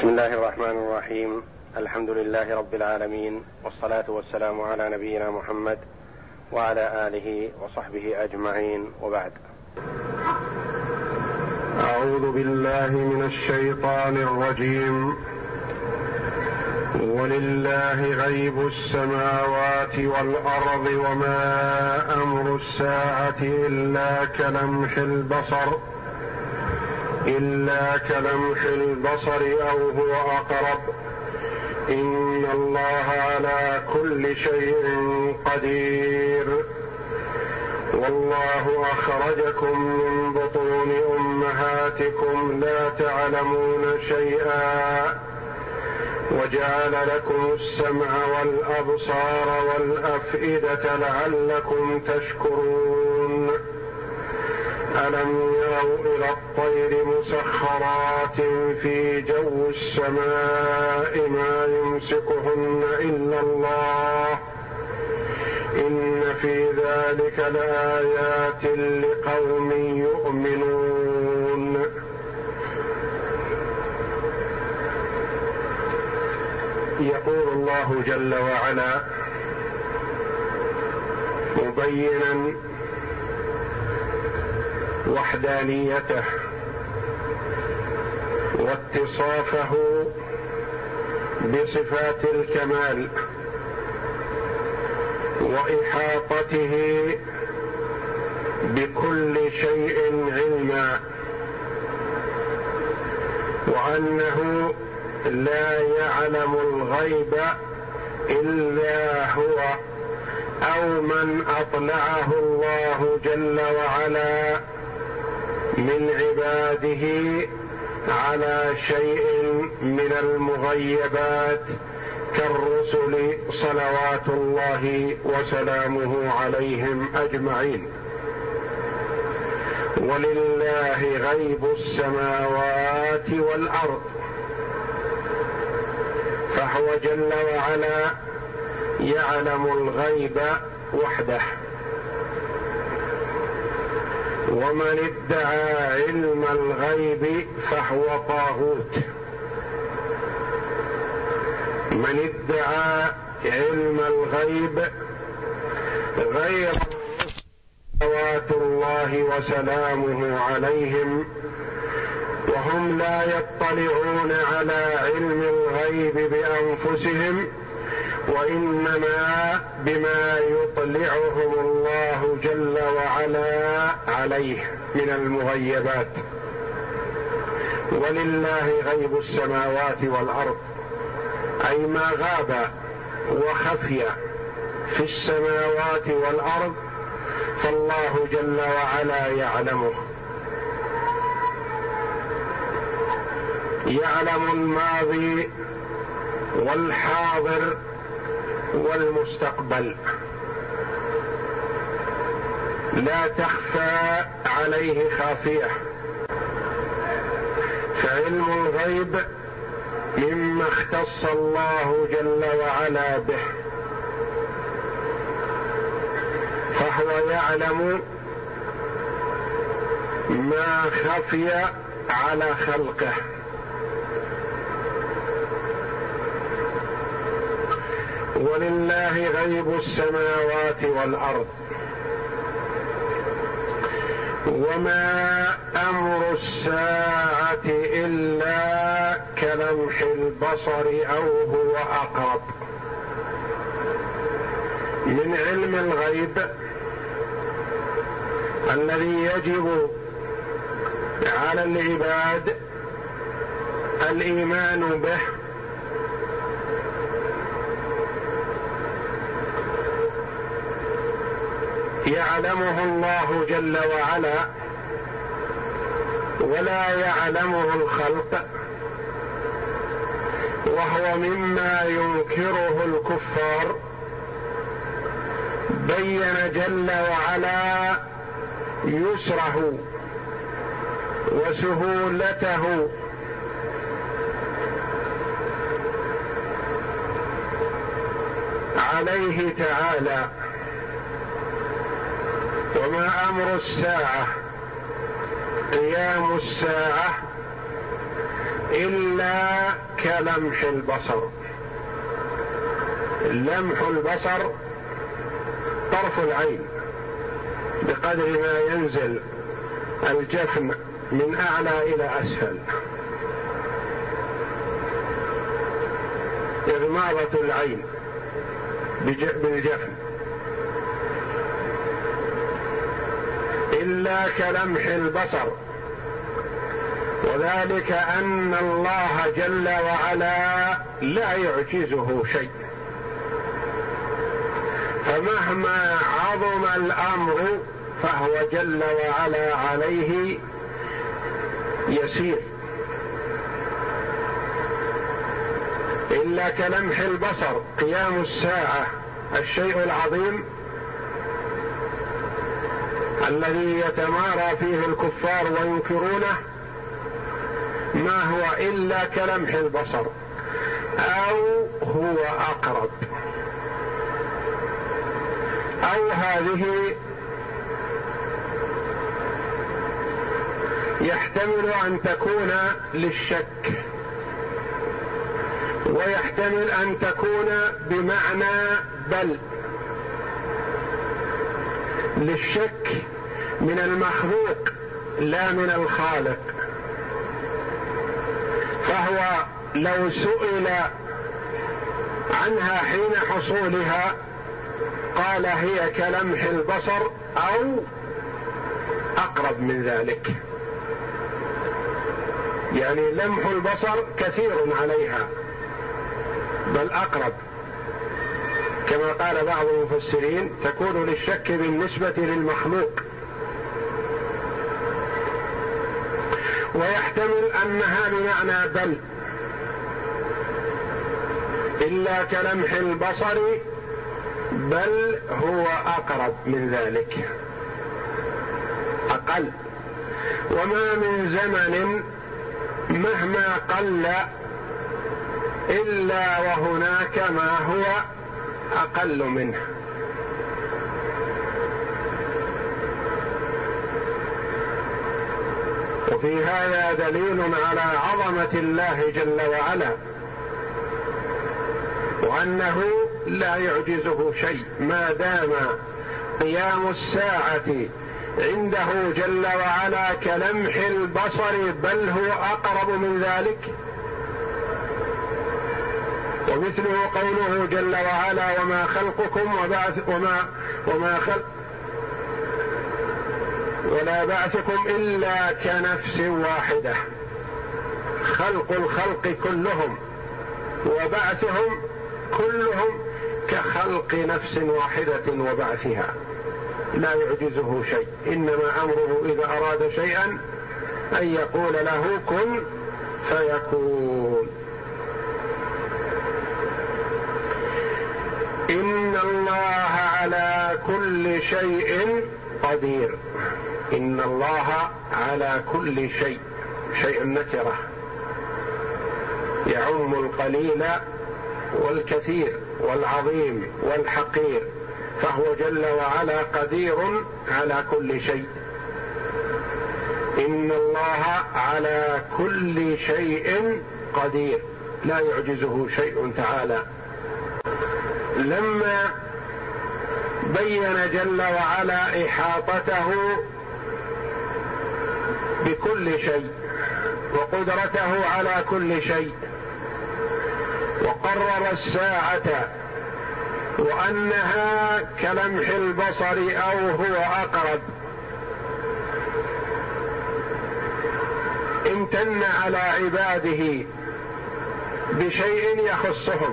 بسم الله الرحمن الرحيم. الحمد لله رب العالمين، والصلاة والسلام على نبينا محمد وعلى آله وصحبه أجمعين، وبعد. أعوذ بالله من الشيطان الرجيم. ولله غيب السماوات والأرض وما أمر الساعة إلا كلمح البصر أو هو أقرب، إن الله على كل شيء قدير. والله أخرجكم من بطون أمهاتكم لا تعلمون شيئا، وجعل لكم السمع والأبصار والأفئدة لعلكم تشكرون. ألم يروا إلى الطير مسخرات في جو السماء ما يمسكهن إلا الله، إن في ذلك لآيات لقوم يؤمنون. يقول الله جل وعلا مبينا وحدانيته واتصافه بصفات الكمال وإحاطته بكل شيء علما، وأنه لا يعلم الغيب إلا هو أو من أطلعه الله جل وعلا من عباده على شيء من المغيبات كالرسل صلوات الله وسلامه عليهم أجمعين. ولله غيب السماوات والأرض، فهو جل وعلا يعلم الغيب وحده. ومن ادعى علم الغيب فهو طاغوت. من ادعى علم الغيب غير صلوات الله وسلامه عليهم، وهم لا يطلعون على علم الغيب بأنفسهم، وإنما بما يطلعهم الله جل وعلا عليه من المغيبات. ولله غيب السماوات والأرض، أي ما غاب وخفي في السماوات والأرض فالله جل وعلا يعلمه. يعلم الماضي والحاضر والمستقبل، لا تخفى عليه خافية. فعلم الغيب مما اختص الله جل وعلا به، فهو يعلم ما خفي على خلقه. ولله غيب السماوات والأرض وما أمر الساعة إلا كلمح البصر أو هو أقرب. من علم الغيب الذي يجب على العباد الإيمان به، يعلمه الله جل وعلا ولا يعلمه الخلق، وهو مما ينكره الكفار. بين جل وعلا يسره وسهولته عليه تعالى. وما أمر الساعة قيام الساعة إلا كلمح البصر. لمح البصر طرف العين بقدر ما ينزل الجفن من أعلى إلى أسفل، إغماضة العين بالجفن. إلا كلمح البصر، وذلك أن الله جل وعلا لا يعجزه شيء، فمهما عظم الأمر فهو جل وعلا عليه يسير. إلا كلمح البصر، قيام الساعة الشيء العظيم الذي يتمارى فيه الكفار وينكرونه، ما هو إلا كلمح البصر أو هو أقرب، أو هذه يحتمل أن تكون للشك، ويحتمل أن تكون بمعنى بل، للشك من المخلوق لا من الخالق. فهو لو سئل عنها حين حصولها قال هي كلمح البصر أو أقرب من ذلك، يعني لمح البصر كثير عليها بل أقرب، كما قال بعض المفسرين تكون للشك بالنسبة للمخلوق. ويحتمل أنها بمعنى بل، إلا كلمح البصر بل هو أقرب من ذلك، أقل. وما من زمن مهما قل إلا وهناك ما هو أقل منه. وفي هذا دليل على عظمة الله جل وعلا، وأنه لا يعجزه شيء، ما دام قيام الساعة عنده جل وعلا كلمح البصر بل هو أقرب من ذلك. ومثله قوله جل وعلا وما خلقكم ولا بعثكم إلا كنفس واحدة. خلق الخلق كلهم وبعثهم كلهم كخلق نفس واحدة وبعثها، لا يعجزه شيء، إنما أمره إذا أراد شيئا أن يقول له كن فيكون. إن الله على كل شيء قدير. إن الله على كل شيء، شيء نكرة يعم القليل والكثير والعظيم والحقير، فهو جل وعلا قدير على كل شيء. إن الله على كل شيء قدير، لا يعجزه شيء تعالى. لما بين جل وعلا إحاطته بكل شيء وقدرته على كل شيء، وقرر الساعة وأنها كلمح البصر أو هو أقرب، امتن على عباده بشيء يخصهم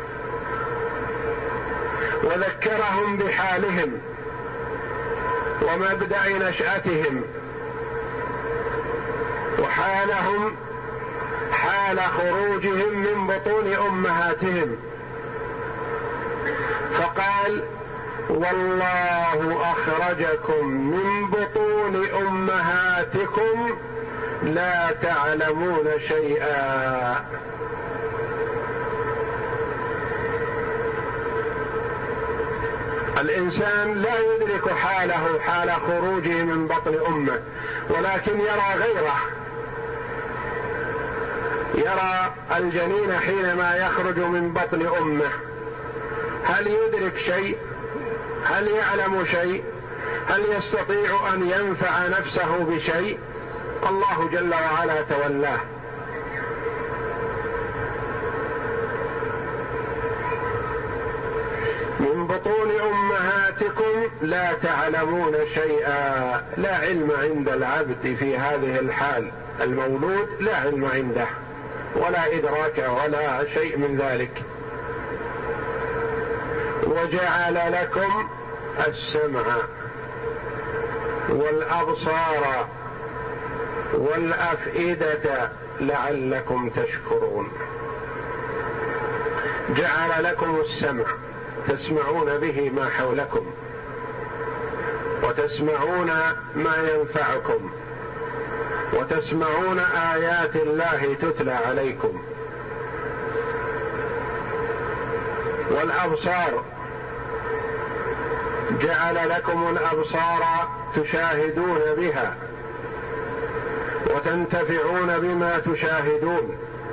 وذكرهم بحالهم ومبدأ نشأتهم وحالهم حال خروجهم من بطون أمهاتهم، فقال والله أخرجكم من بطون أمهاتكم لا تعلمون شيئا. الإنسان لا يدرك حاله حال خروجه من بطن أمه، ولكن يرى غيره يرى الجنين حينما يخرج من بطن أمه، هل يدرك شيء؟ هل يعلم شيء؟ هل يستطيع أن ينفع نفسه بشيء؟ الله جل وعلا تولاه. من بطون أمهاتكم لا تعلمون شيئا. لا علم عند العبد في هذه الحال، المولود لا علم عنده ولا إدراك ولا شيء من ذلك. وجعل لكم السمع والأبصار والأفئدة لعلكم تشكرون. جعل لكم السمع، تسمعون به ما حولكم وتسمعون ما ينفعكم وتسمعون آيات الله تتلى عليكم. والأبصار، جعل لكم الأبصار تشاهدون بها وتنتفعون بما تشاهدون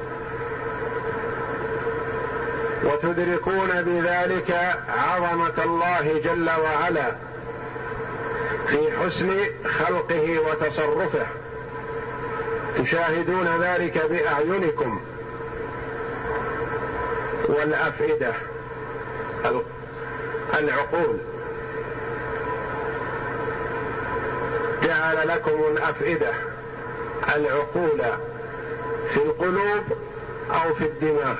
وتدركون بذلك عظمة الله جل وعلا في حسن خلقه وتصرفه، تشاهدون ذلك بأعينكم. والأفئدة، العقول، جعل لكم الأفئدة، العقول في القلوب أو في الدماغ،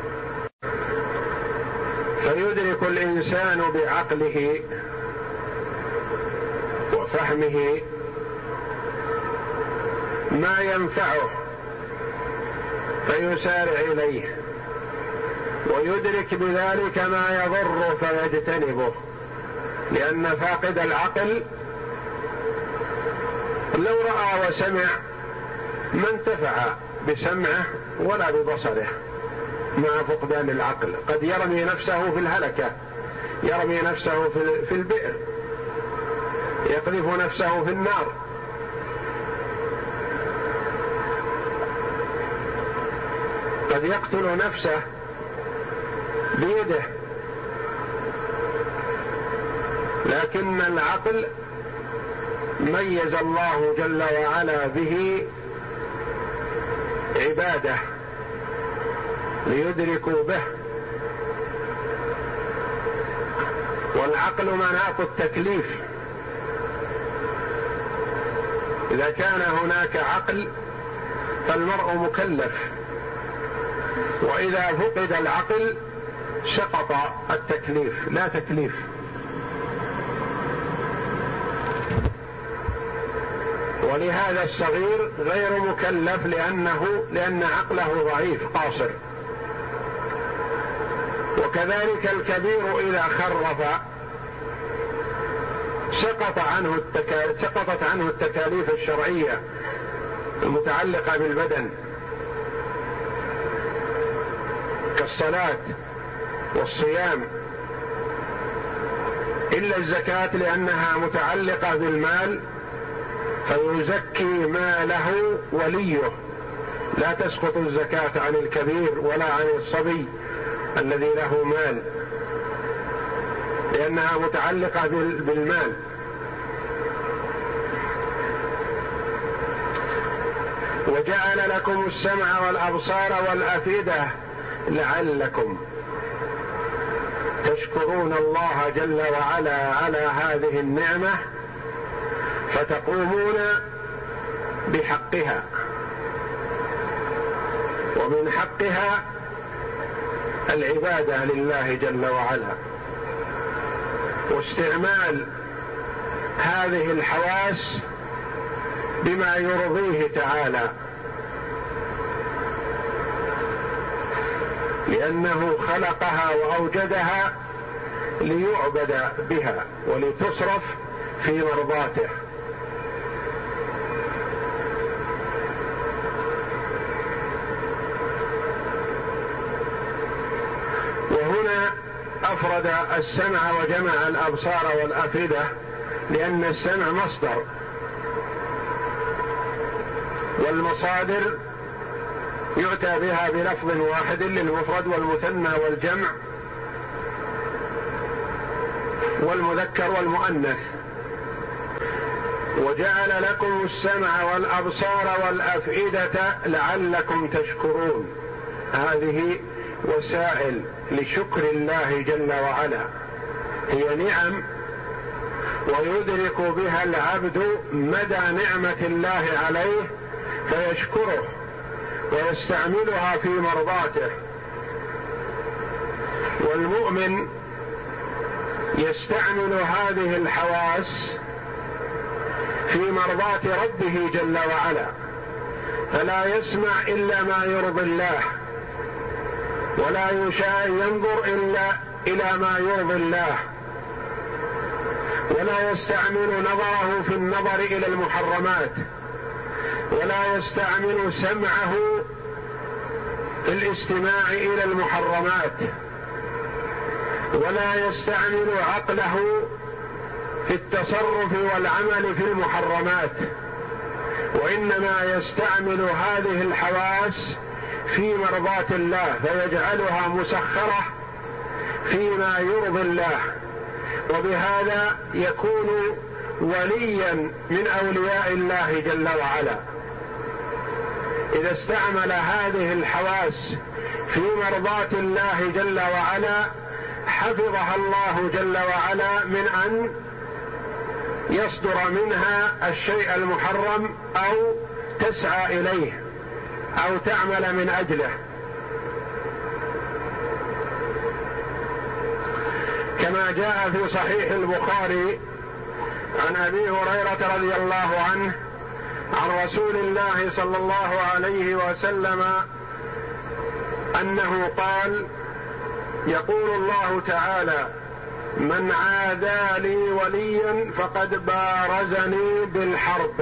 فيدرك الإنسان بعقله وفهمه ما ينفعه فيسارع إليه، ويدرك بذلك ما يضر فيجتنبه، لأن فاقد العقل لو رأى وسمع ما انتفع بسمعه ولا ببصره مع فقدان العقل. قد يرمي نفسه في الهلكة، يرمي نفسه في البئر، يقذف نفسه في النار. قد يقتل نفسه بيده، لكن العقل ميز الله جل وعلا به عباده ليدركوا به. والعقل مناط التكليف، إذا كان هناك عقل فالمرء مكلف، وإذا فقد العقل سقط التكليف، لا تكليف. ولهذا الصغير غير مكلف لأن عقله ضعيف قاصر. وكذلك الكبير إذا خرف سقطت عنه التكاليف الشرعية المتعلقة بالبدن كالصلاة والصيام، إلا الزكاة لأنها متعلقة بالمال فيزكي ماله وليه، لا تسقط الزكاة عن الكبير ولا عن الصبي الذي له مال، لأنها متعلقة بالمال. وجعل لكم السمع والأبصار والأفئدة لعلكم تشكرون الله جل وعلا على هذه النعمة فتقومون بحقها. ومن حقها العبادة لله جل وعلا، واستعمال هذه الحواس بما يرضيه تعالى، لأنه خلقها وأوجدها ليعبد بها ولتصرف في مرضاته. وهنا أفرد السمع وجمع الأبصار والأفئدة، لأن السمع مصدر، والمصادر يؤتى بها بلفظ واحد للمفرد والمثنى والجمع والمذكر والمؤنث. وجعل لكم السمع والأبصار والأفئدة لعلكم تشكرون. هذه وسائل لشكر الله جل وعلا، هي نعم ويدرك بها العبد مدى نعمة الله عليه فيشكره ويستعملها في مرضاته. والمؤمن يستعمل هذه الحواس في مرضاة ربه جل وعلا، فلا يسمع إلا ما يرضي الله، ولا ينظر إلا إلى ما يرضي الله، ولا يستعمل نظره في النظر إلى المحرمات، ولا يستعمل سمعه في الاستماع إلى المحرمات، ولا يستعمل عقله في التصرف والعمل في المحرمات، وإنما يستعمل هذه الحواس في مرضاة الله فيجعلها مسخرة فيما يرضي الله، وبهذا يكون وليا من أولياء الله جل وعلا. إذا استعمل هذه الحواس في مرضاة الله جل وعلا حفظها الله جل وعلا من أن يصدر منها الشيء المحرم أو تسعى إليه أو تعمل من أجله. كما جاء في صحيح البخاري عن أبي هريرة رضي الله عنه عن رسول الله صلى الله عليه وسلم أنه قال: يقول الله تعالى: من عادى لي وليا فقد بارزني بالحرب،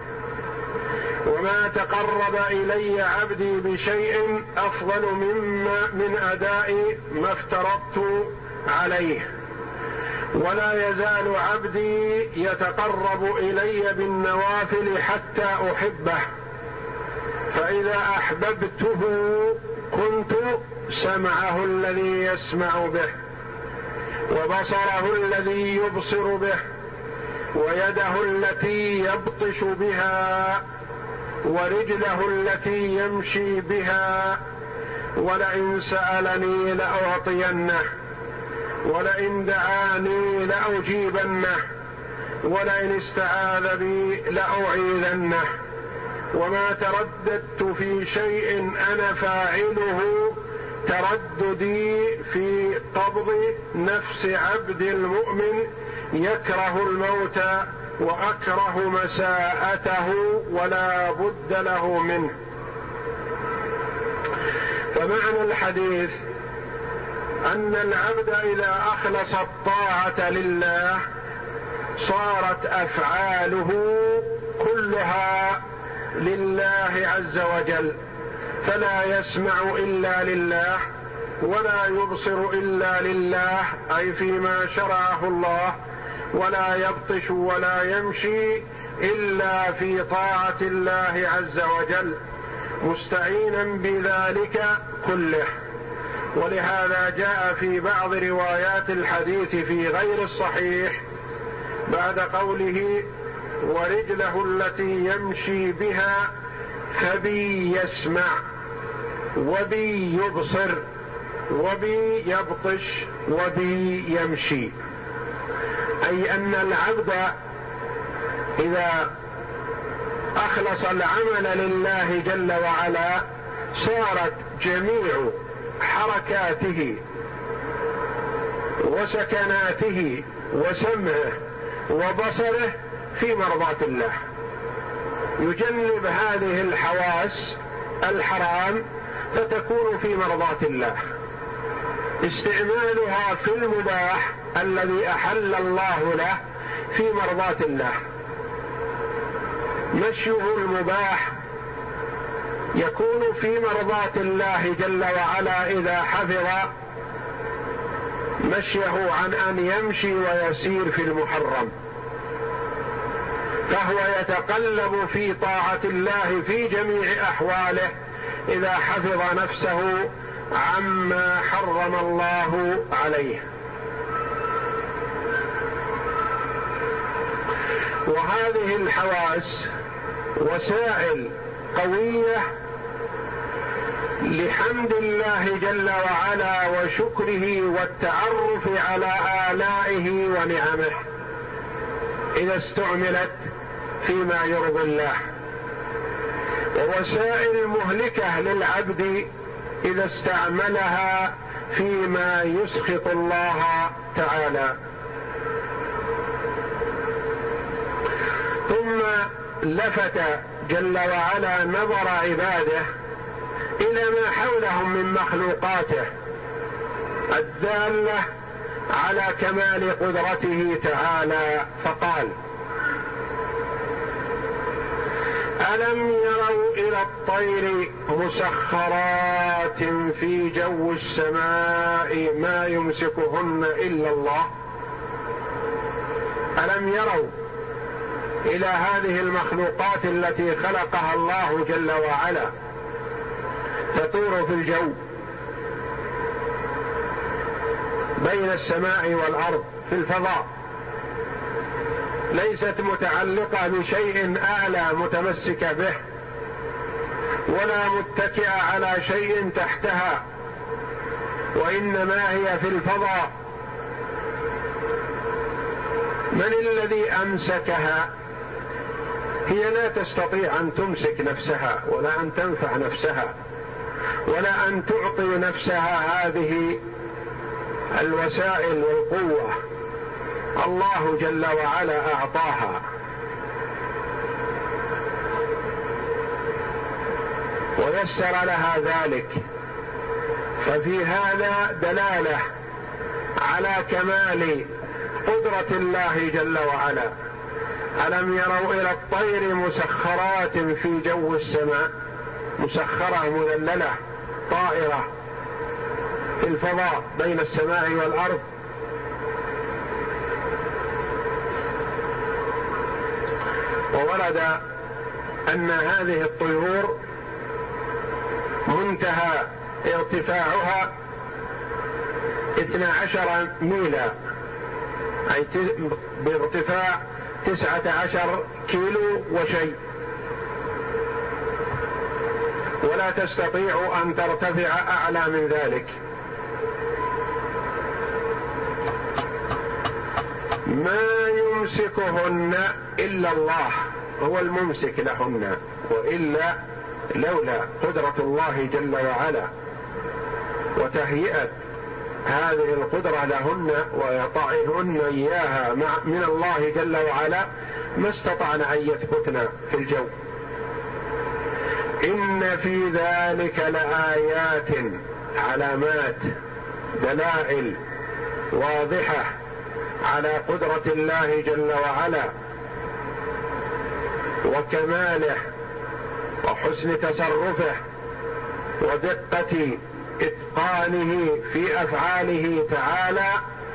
وما تقرب إلي عبدي بشيء أفضل من أداء ما افترضت عليه، ولا يزال عبدي يتقرب إلي بالنوافل حتى أحبه، فإذا أحببته كنت سمعه الذي يسمع به، وبصره الذي يبصر به، ويده التي يبطش بها، ورجله التي يمشي بها، ولئن سألني لأعطينه، ولئن دعاني لأجيبنه، ولئن استعاذ بي لأعيذنه، وما ترددت في شيء أنا فاعله ترددي في قبض نفس عبد المؤمن يكره الموت وأكره مساءته ولا بد له منه. فمعنى الحديث أن العبد إذا أخلص الطاعة لله صارت أفعاله كلها لله عز وجل، فلا يسمع إلا لله، ولا يبصر إلا لله أي فيما شرعه الله، ولا يبطش ولا يمشي إلا في طاعة الله عز وجل، مستعينا بذلك كله. ولهذا جاء في بعض روايات الحديث في غير الصحيح بعد قوله: ورجله التي يمشي بها فبي يسمع، وبي يبصر، وبي يبطش، وبي يمشي، أي أن العبد إذا أخلص العمل لله جل وعلا صارت جميع حركاته وسكناته وسمعه وبصره في مرضاة الله، يجنب هذه الحواس الحرام فتكون في مرضاة الله، استعمالها في المباح الذي أحل الله له في مرضاة الله، مشيه المباح يكون في مرضاة الله جل وعلا إذا حفظ مشيه عن أن يمشي ويسير في المحرم، فهو يتقلب في طاعة الله في جميع أحواله إذا حفظ نفسه عما حرم الله عليه. وهذه الحواس وسائل قوية لحمد الله جل وعلا وشكره والتعرف على آلائه ونعمه إذا استعملت فيما يرضي الله، ووسائل مهلكة للعبد إذا استعملها فيما يسخط الله تعالى. ثم لفت جل وعلا نظر عباده إلى ما حولهم من مخلوقاته الدالة على كمال قدرته تعالى، فقال: ألم يروا إلى الطير مسخرات في جو السماء ما يمسكهن إلا الله. ألم يروا إلى هذه المخلوقات التي خلقها الله جل وعلا تطير في الجو بين السماء والأرض في الفضاء، ليست متعلقة بشيء أعلى متمسكة به، ولا متكئة على شيء تحتها، وإنما هي في الفضاء. من الذي أمسكها؟ هي لا تستطيع أن تمسك نفسها ولا أن تنفع نفسها ولا أن تعطي نفسها هذه الوسائل والقوة، الله جل وعلا أعطاها. ويسر لها ذلك، ففي هذا دلالة على كمال قدرة الله جل وعلا. ألم يروا إلى الطير مسخرات في جو السماء، مسخرة مذللة طائرة في الفضاء بين السماء والأرض. وورد أن هذه الطيور منتهى ارتفاعها 12 ميلا، أي بارتفاع 19 كيلو وشيء، ولا تستطيع أن ترتفع أعلى من ذلك. ما يمسكهن إلا الله، هو الممسك لهن، وإلا لولا قدرة الله جل وعلا وتهيئة هذه القدرة لهن وإعطائهن إياها من الله جل وعلا ما استطعن أن يثبتن في الجو. إن في ذلك لآيات، علامات، دلائل واضحة على قدرة الله جل وعلا وكماله وحسن تصرفه ودقة إتقانه في أفعاله تعالى.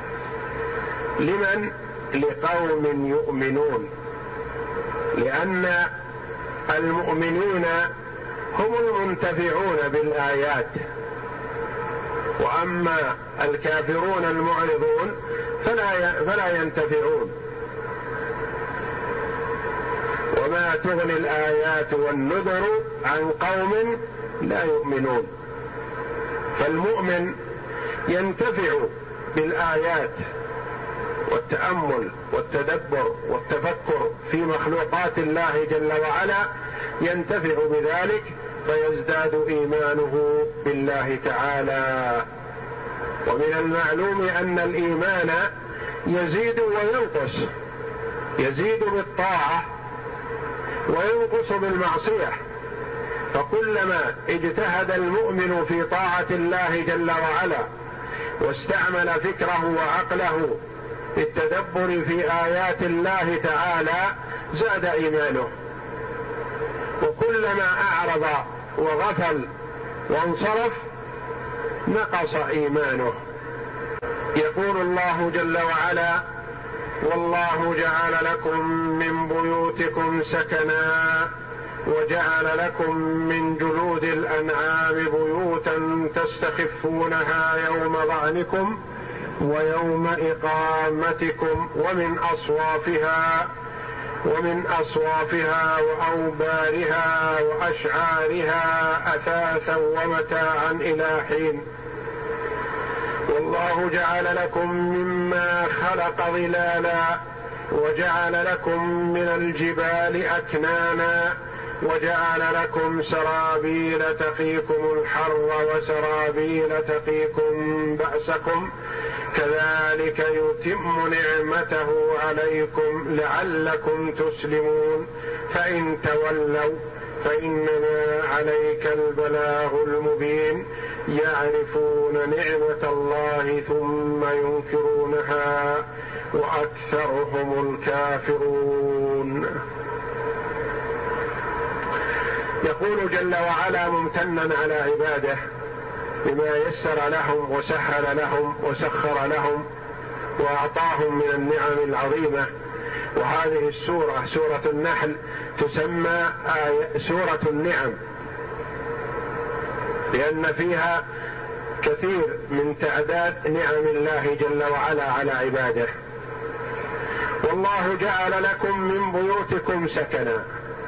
لمن؟ لقوم يؤمنون، لأن المؤمنين هم المنتفعون بالآيات، وأما الكافرون المعرضون فلا ينتفعون. وما تغني الآيات والنذر عن قوم لا يؤمنون. فالمؤمن ينتفع بالآيات والتأمل والتدبر والتفكر في مخلوقات الله جل وعلا، ينتفع بذلك فيزداد إيمانه بالله تعالى. ومن المعلوم أن الإيمان يزيد وينقص، يزيد بالطاعة وينقص بالمعصية، فكلما اجتهد المؤمن في طاعة الله جل وعلا واستعمل فكره وعقله في التدبر في آيات الله تعالى زاد إيمانه، وكلما أعرض وغفل وانصرف نقص إيمانه. يقول الله جل وعلا: والله جعل لكم من بيوتكم سكنا وجعل لكم من جلود الأنعام بيوتا تستخفونها يوم ظعنكم ويوم إقامتكم ومن أصوافها وأوبارها وأشعارها أثاثا ومتاعا إلى حين. والله جعل لكم مما خلق ظلالا وجعل لكم من الجبال أكنانا وجعل لكم سرابيل تقيكم الحر وسرابيل تقيكم بأسكم كذلك يتم نعمته عليكم لعلكم تسلمون فإن تولوا فإنما عليك البلاغ المبين يعرفون نعمة الله ثم ينكرونها وأكثرهم الكافرون. يقول جل وعلا ممتنا على عباده بما يسر لهم وسهل لهم وسخر لهم وأعطاهم من النعم العظيمة. وهذه السورة سورة النحل تسمى سورة النعم لأن فيها كثير من تعداد نعم الله جل وعلا على عباده. والله جعل لكم من بيوتكم سكنا،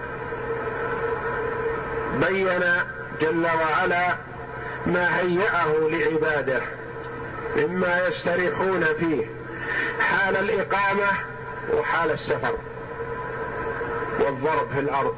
بين جل وعلا ما هيأه لعباده مما يستريحون فيه حال الإقامة وحال السفر والضرب في الأرض.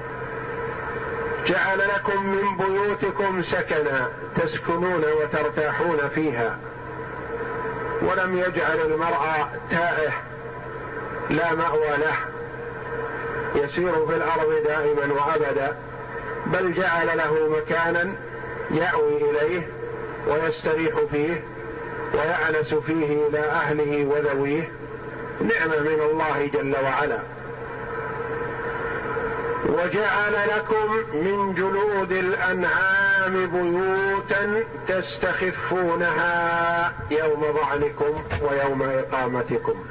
جعل لكم من بيوتكم سكنا تسكنون وترتاحون فيها، ولم يجعل المرء تائه لا مأوى له يسير في الأرض دائما وأبدا، بل جعل له مكانا يأوي إليه ويستريح فيه ويأنس فيه إلى أهله وذويه، نعمة من الله جل وعلا. وجعل لكم من جلود الأنعام بيوتا تستخفونها يوم ظعنكم ويوم إقامتكم.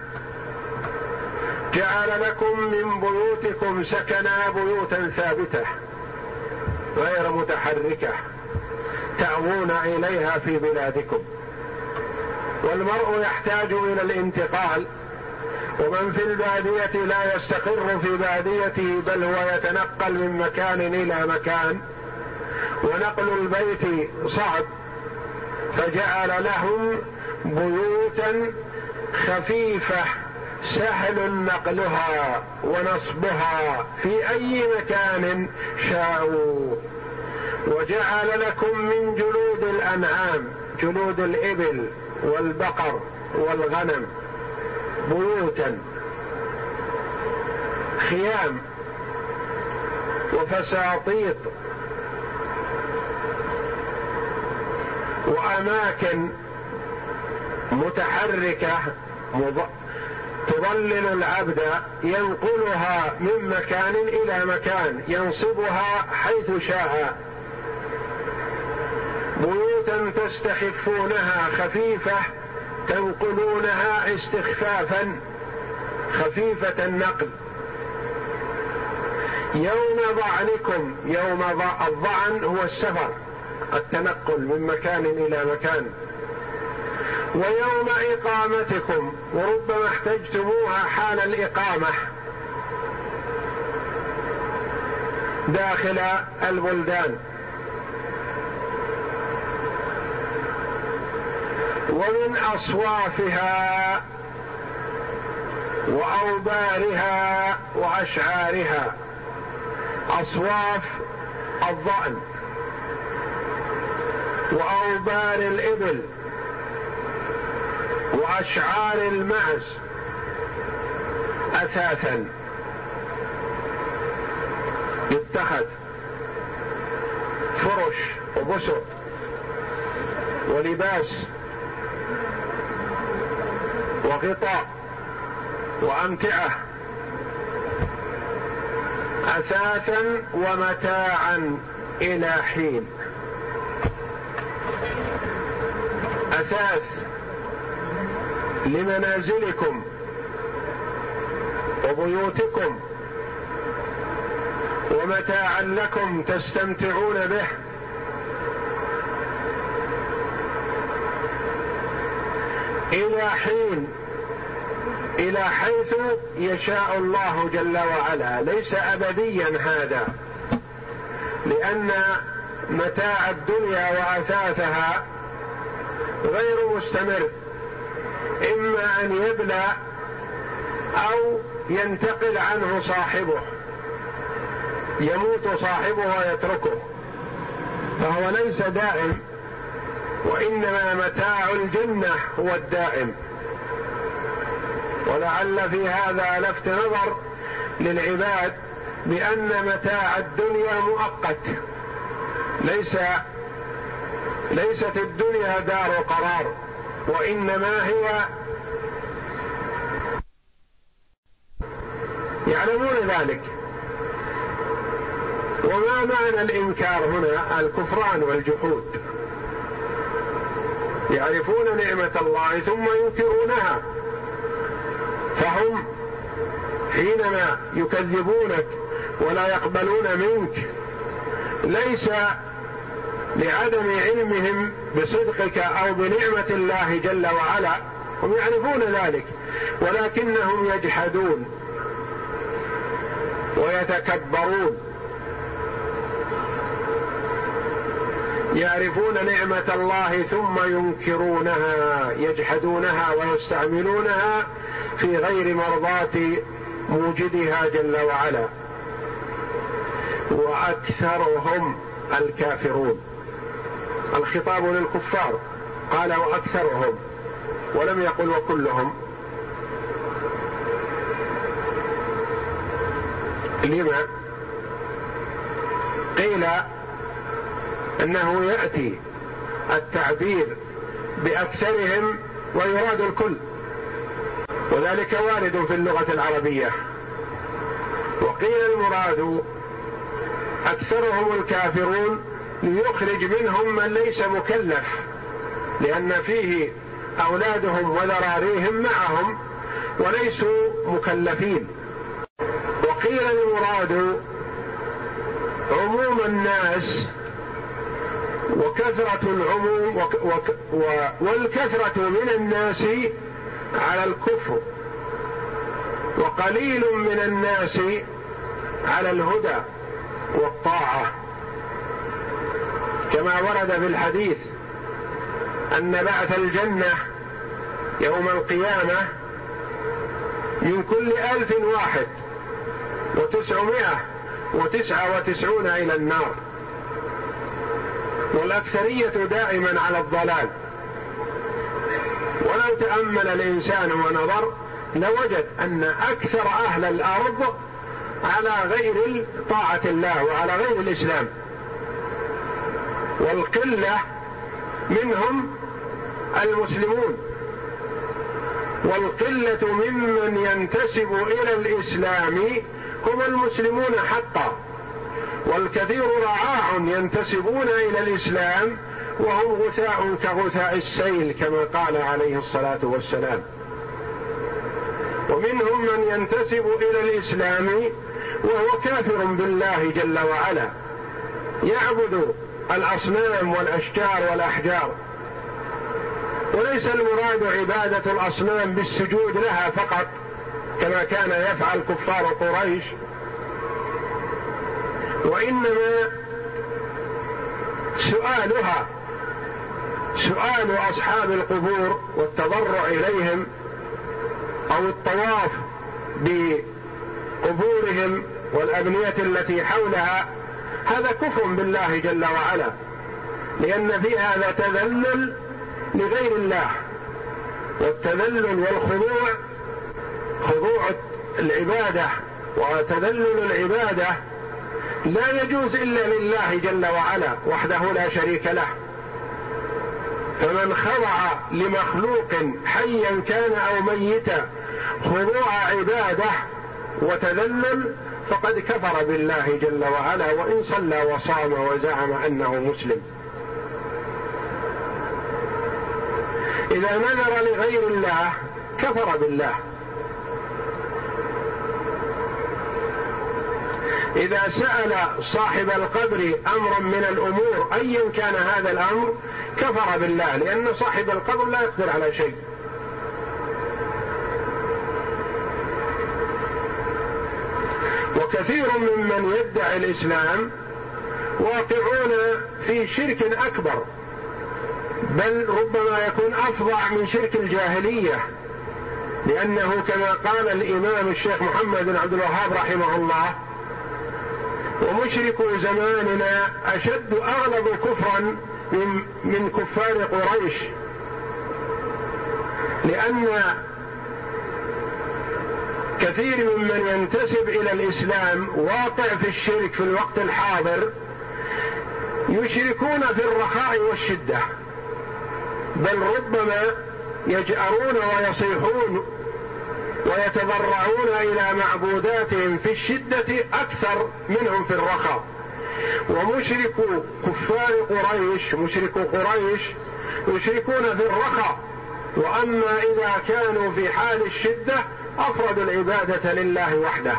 جعل لكم من بيوتكم سكنا، بيوتا ثابتة غير متحركة تأوون إليها في بلادكم. والمرء يحتاج إلى الانتقال، ومن في البادية لا يستقر في باديته بل هو يتنقل من مكان إلى مكان، ونقل البيت صعب، فجعل لهم بيوتا خفيفة سهل نقلها ونصبها في أي مكان شاءوا. وجعل لكم من جلود الأنعام، جلود الإبل والبقر والغنم، بيوتا خيام وفساطيط وأماكن متحركة تظلل العبد ينقلها من مكان إلى مكان، ينصبها حيث شاء. بيوتا تستخفونها خفيفة تنقلونها استخفافا خفيفة النقل. يوم ظعنكم، يوم الظعن هو السفر التنقل من مكان إلى مكان. ويوم إقامتكم، وربما احتجتموها حال الإقامة داخل البلدان. ومن أصوافها وأوبارها وأشعارها. أصواف الضأن وأوبار الإبل وأشعار المعز أثاثا يتخذ فرش وبسط ولباس وغطاء وأمتعة، أثاثا ومتاعا إلى حين. أثاث لمنازلكم وبيوتكم ومتاعا لكم تستمتعون به، إلى حين، إلى حيث يشاء الله جل وعلا، ليس أبديا هذا، لأن متاع الدنيا وأثاثها غير مستمر، إما أن يبلى أو ينتقل عنه صاحبه، يموت صاحبه ويتركه، فهو ليس دائم، وإنما متاع الجنة هو الدائم. ولعل في هذا لفت نظر للعباد بأن متاع الدنيا مؤقت، ليست الدنيا دار قرار، وإنما هي، يعلمون ذلك. وما معنى الإنكار هنا؟ الكفران والجحود، يعرفون نعمة الله ثم ينكرونها، فهم حينما يكذبونك ولا يقبلون منك ليس لعدم علمهم بصدقك أو بنعمة الله جل وعلا، هم يعرفون ذلك، ولكنهم يجحدون ويتكبرون، يعرفون نعمة الله ثم ينكرونها، يجحدونها ويستعملونها في غير مرضاة موجدها جل وعلا. وأكثرهم الكافرون، الخطاب للكفار، قال وأكثرهم ولم يقل وكلهم. لما؟ قيل أنه يأتي التعبير بأكثرهم ويراد الكل، وذلك وارد في اللغة العربية. وقيل المراد أكثرهم الكافرون ليخرج منهم من ليس مكلف، لأن فيه أولادهم وذراريهم معهم وليسوا مكلفين. وقيل المراد عموم الناس وكثرة العموم والكثرة من الناس على الكفر، وقليل من الناس على الهدى والطاعة، كما ورد في الحديث أن بعث الجنة يوم القيامة من كل 1199 إلى النار، والأكثرية دائما على الضلال. ولو تأمل الإنسان ونظر لوجد أن أكثر أهل الأرض على غير طاعة الله وعلى غير الإسلام، والقلة منهم المسلمون، والقلة ممن ينتسب إلى الإسلام هم المسلمون حقا، والكثير رعاع ينتسبون إلى الإسلام وهم غثاء كغثاء السيل كما قال عليه الصلاة والسلام. ومنهم من ينتسب إلى الإسلام وهو كافر بالله جل وعلا، يعبد الأصنام والأشجار والأحجار، وليس المراد عبادة الأصنام بالسجود لها فقط كما كان يفعل كفار قريش، وإنما سؤال أصحاب القبور والتضرع إليهم أو الطواف بقبورهم والأبنية التي حولها، هذا كفر بالله جل وعلا، لأن في هذا تذلل لغير الله. والتذلل والخضوع، خضوع العبادة وتذلل العبادة لا يجوز إلا لله جل وعلا وحده لا شريك له. فمن خضع لمخلوق حيا كان أو ميتا خضوع عبادة وتذلل فقد كفر بالله جل وعلا، وإن صلى وصام وزعم أنه مسلم. إذا نذر لغير الله كفر بالله. إذا سأل صاحب القبر أمرا من الأمور أيا كان هذا الأمر كفر بالله، لأن صاحب القبر لا يقدر على شيء. وكثير ممن يدعي الإسلام واقعون في شرك أكبر، بل ربما يكون أفظع من شرك الجاهلية، لأنه كما قال الإمام الشيخ محمد بن عبد الوهاب رحمه الله: ومشركو زماننا أشد أغلب كفرا من كفار قريش، لأن كثير ممن ينتسب إلى الإسلام واقع في الشرك في الوقت الحاضر، يشركون في الرخاء والشدة، بل ربما يجأرون ويصيحون ويتضرعون إلى معبوداتهم في الشدة أكثر منهم في الرخاء. ومشركو كفار قريش، مشركو قريش يشركون في الرخاء، وأما إذا كانوا في حال الشدة أفردوا العبادة لله وحده،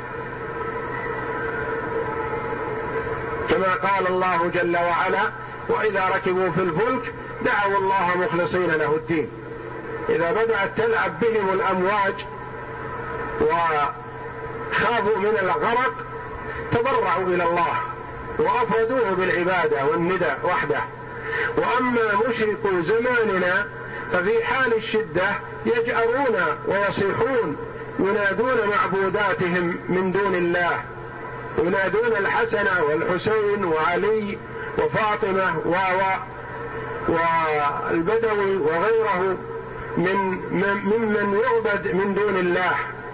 كما قال الله جل وعلا: وإذا ركبوا في الفلك دعوا الله مخلصين له الدين. إذا بدأت تلعب بهم الأمواج وخافوا من الغرق تضرعوا إلى الله وأفردوه بالعبادة والنداء وحده. وأما مشركو زماننا ففي حال الشدة يجأرون ويصيحون، ينادون معبوداتهم من دون الله، ينادون الحسن والحسين وعلي وفاطمة والبدوي وغيره ممن يعبد من دون الله،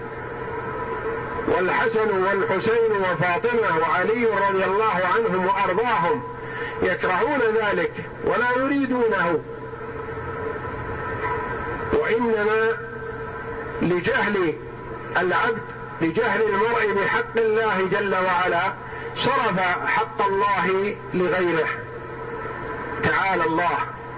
والحسن والحسين وفاطمة وعلي رضي الله عنهم وأرضاهم يكرهون ذلك ولا يريدونه، وإنما لجهل العبد، لجهل المرء بحق الله جل وعلا صرف حق الله لغيره تعالى الله.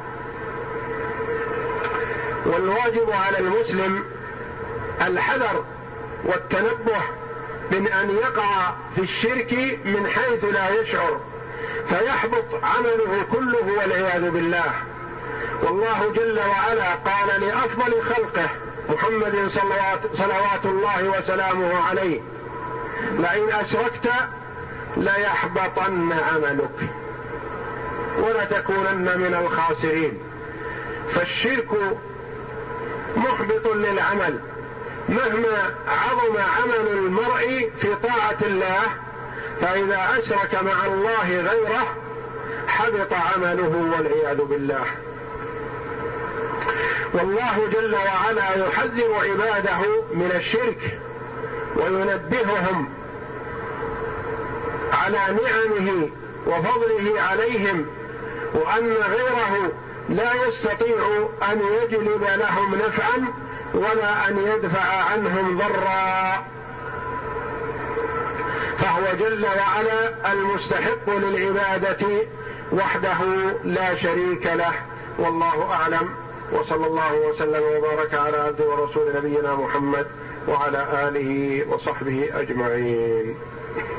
والواجب على المسلم الحذر والتنبه من أن يقع في الشرك من حيث لا يشعر فيحبط عمله كله والعياذ بالله. والله جل وعلا قال لأفضل خلقه محمد صلوات الله وسلامه عليه: لئن أشركت ليحبطن عملك ولتكونن من الخاسرين. فالشرك محبط للعمل، مهما عظم عمل المرء في طاعة الله، فإذا أشرك مع الله غيره حبط عمله والعياذ بالله. والله جل وعلا يحذر عباده من الشرك وينبههم على نعمه وفضله عليهم، وأن غيره لا يستطيع أن يجلب لهم نفعا ولا أن يدفع عنهم ضرا، فهو جل وعلا المستحق للعبادة وحده لا شريك له. والله أعلم، وصلى الله وسلم وبارك على عبده ورسول نبينا محمد وعلى آله وصحبه أجمعين.